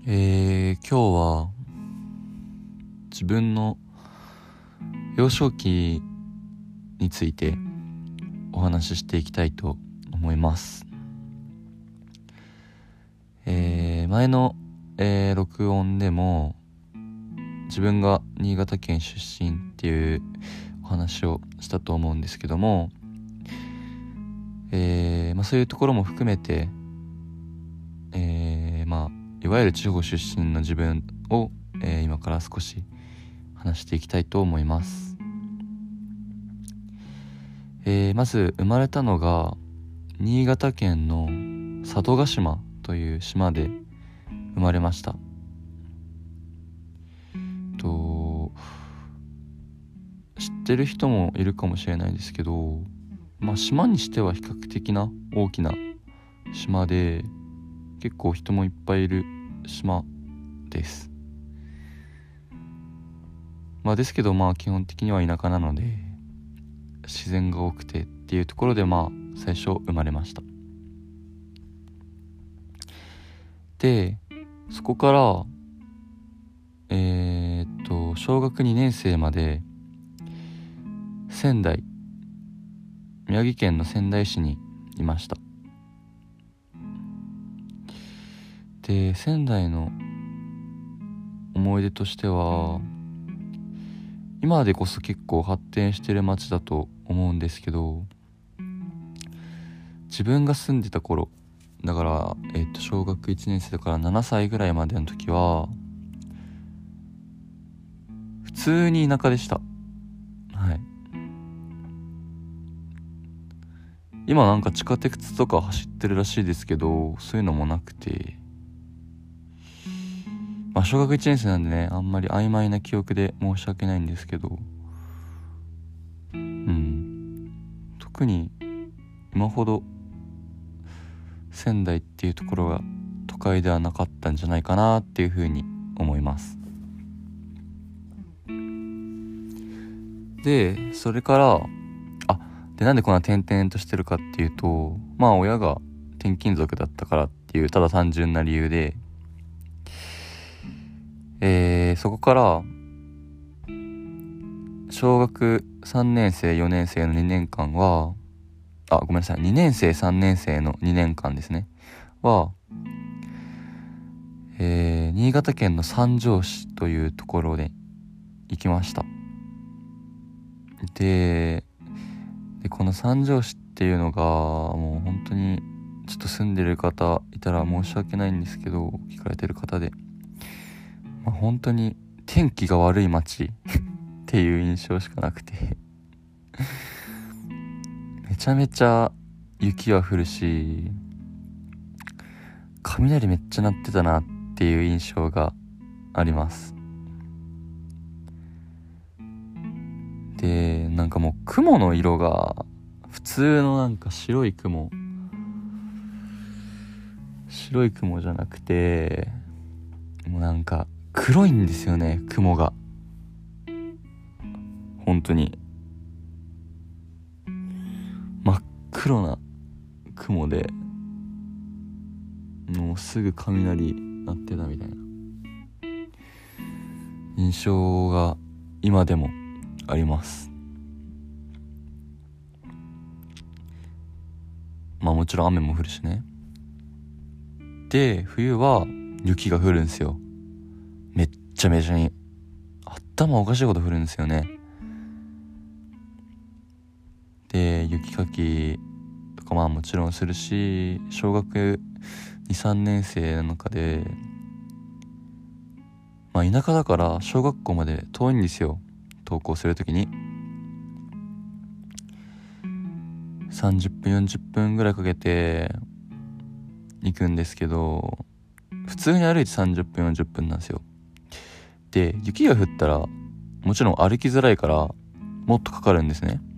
今日は自分の幼少期についてお話ししていきたいと思います。前の、録音でも自分が新潟県出身っていうお話をしたと思うんですけども、そういうところも含めて、いわゆる地方出身の自分を、今から少し話していきたいと思います。まず生まれたのが新潟県の佐渡島という島で生まれました。知ってる人もいるかもしれないですけど、島にしては比較的な大きな島で、結構人もいっぱいいる島です。ですけど基本的には田舎なので自然が多くてっていうところで最初生まれました。でそこから小学2年生まで宮城県の仙台市にいました。で仙台の思い出としては、今でこそ結構発展してる街だと思うんですけど、自分が住んでた頃だから、小学1年生だから7歳ぐらいまでの時は普通に田舎でした。今なんか地下鉄とか走ってるらしいですけど、そういうのもなくて、小学1年生なんでね、あんまり曖昧な記憶で申し訳ないんですけど、特に今ほど仙台っていうところが都会ではなかったんじゃないかなっていうふうに思います。でそれからなんでこんな転々としてるかっていうと、親が転勤族だったからっていうただ単純な理由で、そこから小学3年生4年生の2年間は2年生3年生の2年間ですねは、新潟県の三条市というところで行きました。でこの三条市っていうのがもう本当にちょっと住んでる方いたら申し訳ないんですけど、聞かれてる方で、本当に天気が悪い街っていう印象しかなくてめちゃめちゃ雪は降るし、雷めっちゃ鳴ってたなっていう印象があります。でなんかもう雲の色が普通のなんか白い雲じゃなくて、もうなんか黒いんですよね、雲が。本当に真っ黒な雲で、もうすぐ雷鳴ってたみたいな印象が今でもあります。もちろん雨も降るしね。で冬は雪が降るんですよ。めっちゃめちゃに頭おかしいこと降るんですよね。で雪かきとかもちろんするし、小学 2,3 年生の中で田舎だから小学校まで遠いんですよ。登校するときに30分40分ぐらいかけて行くんですけど、普通に歩いて30分40分なんですよ。で雪が降ったらもちろん歩きづらいからもっとかかるんですね。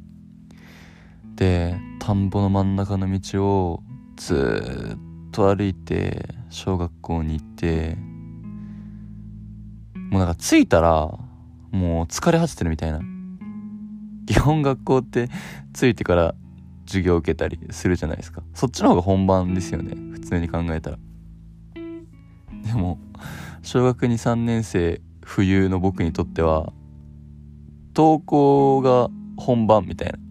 で田んぼの真ん中の道をずーっと歩いて小学校に行って、もうなんか着いたらもう疲れ果ててるみたいな。基本学校って着いてから授業受けたりするじゃないですか。そっちの方が本番ですよね、普通に考えたら。 でも小学2、3年生冬の僕にとっては登校が本番みたいな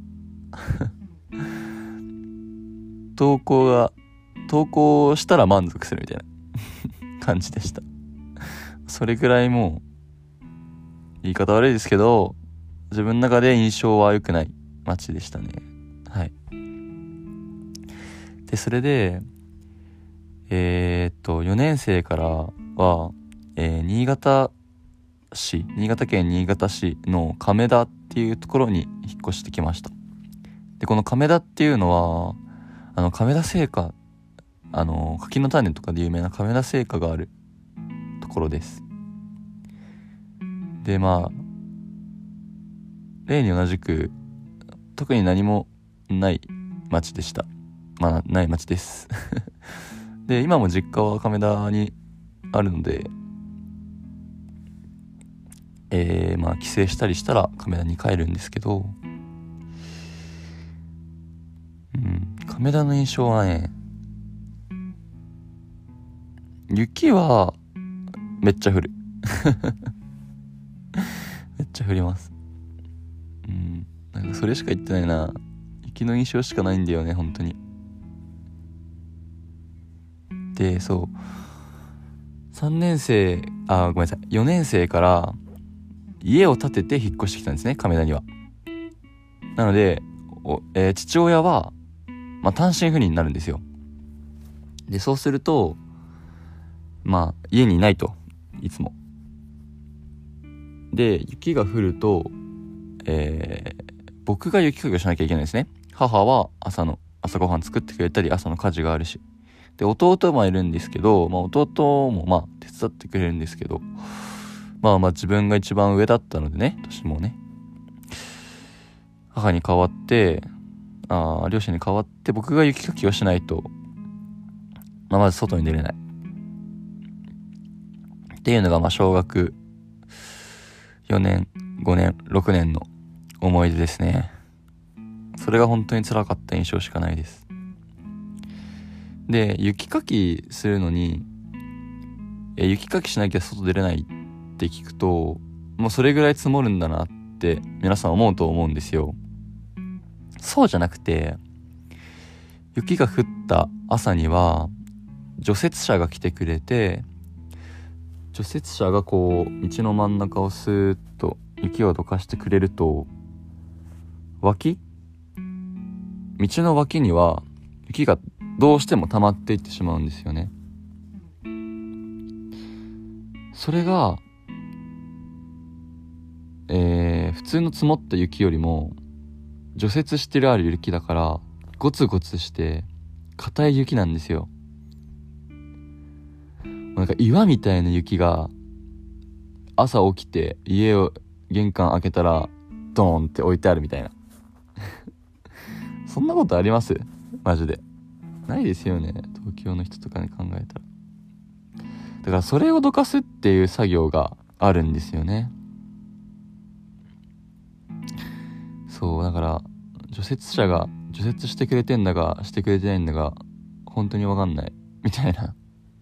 登校したら満足するみたいな感じでした。それぐらいもう言い方悪いですけど、自分の中で印象は良くない街でしたね。はい。でそれで4年生からは、新潟県新潟市の亀田っていうところに引っ越してきました。でこの亀田っていうのは亀田製菓、柿の種とかで有名な亀田製菓があるところです。で例に同じく特に何もない町でした。ない町ですで今も実家は亀田にあるので、帰省したりしたら亀田に帰るんですけど、亀田の印象はね、雪はめっちゃ降るめっちゃ降ります。なんかそれしか言ってないな。雪の印象しかないんだよね、本当に。で4年生から家を建てて引っ越してきたんですね、亀田には。なので父親は、単身赴任になるんですよ。でそうすると家にいないと、いつも。で雪が降ると、僕が雪かきをしなきゃいけないですね。母は朝ごはん作ってくれたり、朝の家事があるし、で弟もいるんですけど、弟も手伝ってくれるんですけど、自分が一番上だったのでね、年もね、母に代わって両親に代わって僕が雪かきをしないと、まず外に出れないっていうのが小学4年5年6年の思い出ですね。それが本当に辛かった印象しかないです。で雪かきするのに雪かきしなきゃ外出れないって聞くと、もうそれぐらい積もるんだなって皆さん思うと思うんですよ。そうじゃなくて、雪が降った朝には除雪車が来てくれて、除雪車が道の真ん中をスーッと雪をどかしてくれると、道の脇には雪がどうしても溜まっていってしまうんですよね。それが、普通の積もった雪よりも除雪してある雪だからゴツゴツして硬い雪なんですよ。なんか岩みたいな雪が朝起きて玄関開けたらドーンって置いてあるみたいなそんなことあります？マジでないですよね、東京の人とかに考えたら。だからそれをどかすっていう作業があるんですよね。だから除雪車が除雪してくれてんだかしてくれてないんだか本当に分かんないみたいな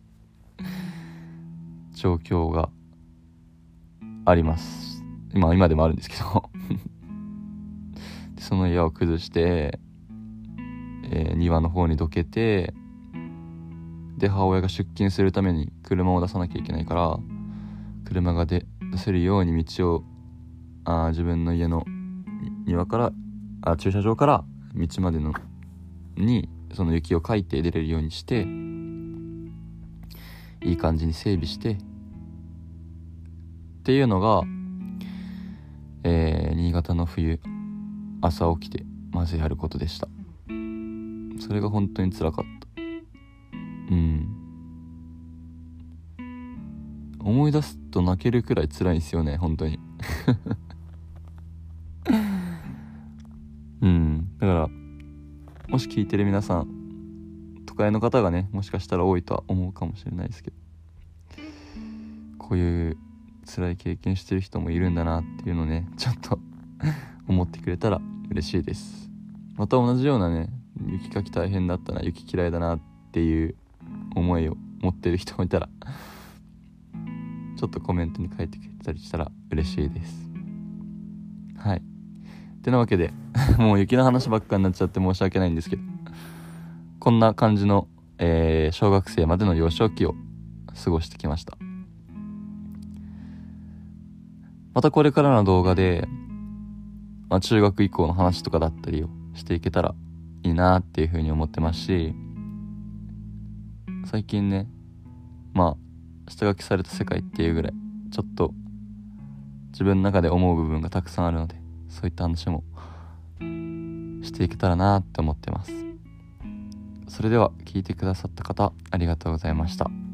状況があります。今でもあるんですけどでその岩を崩して、庭の方にどけて、で母親が出勤するために車を出さなきゃいけないから、車が出せるように道を自分の家の庭から駐車場から道までにその雪をかいて出れるようにして、いい感じに整備してっていうのが、新潟の冬朝起きてまずやることでした。それが本当に辛かった。思い出すと泣けるくらい辛いんですよね、本当にだからもし聞いてる皆さん、都会の方がね、もしかしたら多いとは思うかもしれないですけど、こういう辛い経験してる人もいるんだなっていうのをね、ちょっと思ってくれたら嬉しいです。また同じようなね、雪かき大変だったな、雪嫌いだなっていう思いを持ってる人もいたらちょっとコメントに書いてくれたりしたら嬉しいです。はい。てなわけでもう雪の話ばっかになっちゃって申し訳ないんですけど、こんな感じの、小学生までの幼少期を過ごしてきました。またこれからの動画で、中学以降の話とかだったりをしていけたらいいなっていうふうに思ってますし、最近ね、下書きされた世界っていうぐらいちょっと自分の中で思う部分がたくさんあるので、そういった話もしていけたらなって思ってます。それでは聞いてくださった方ありがとうございました。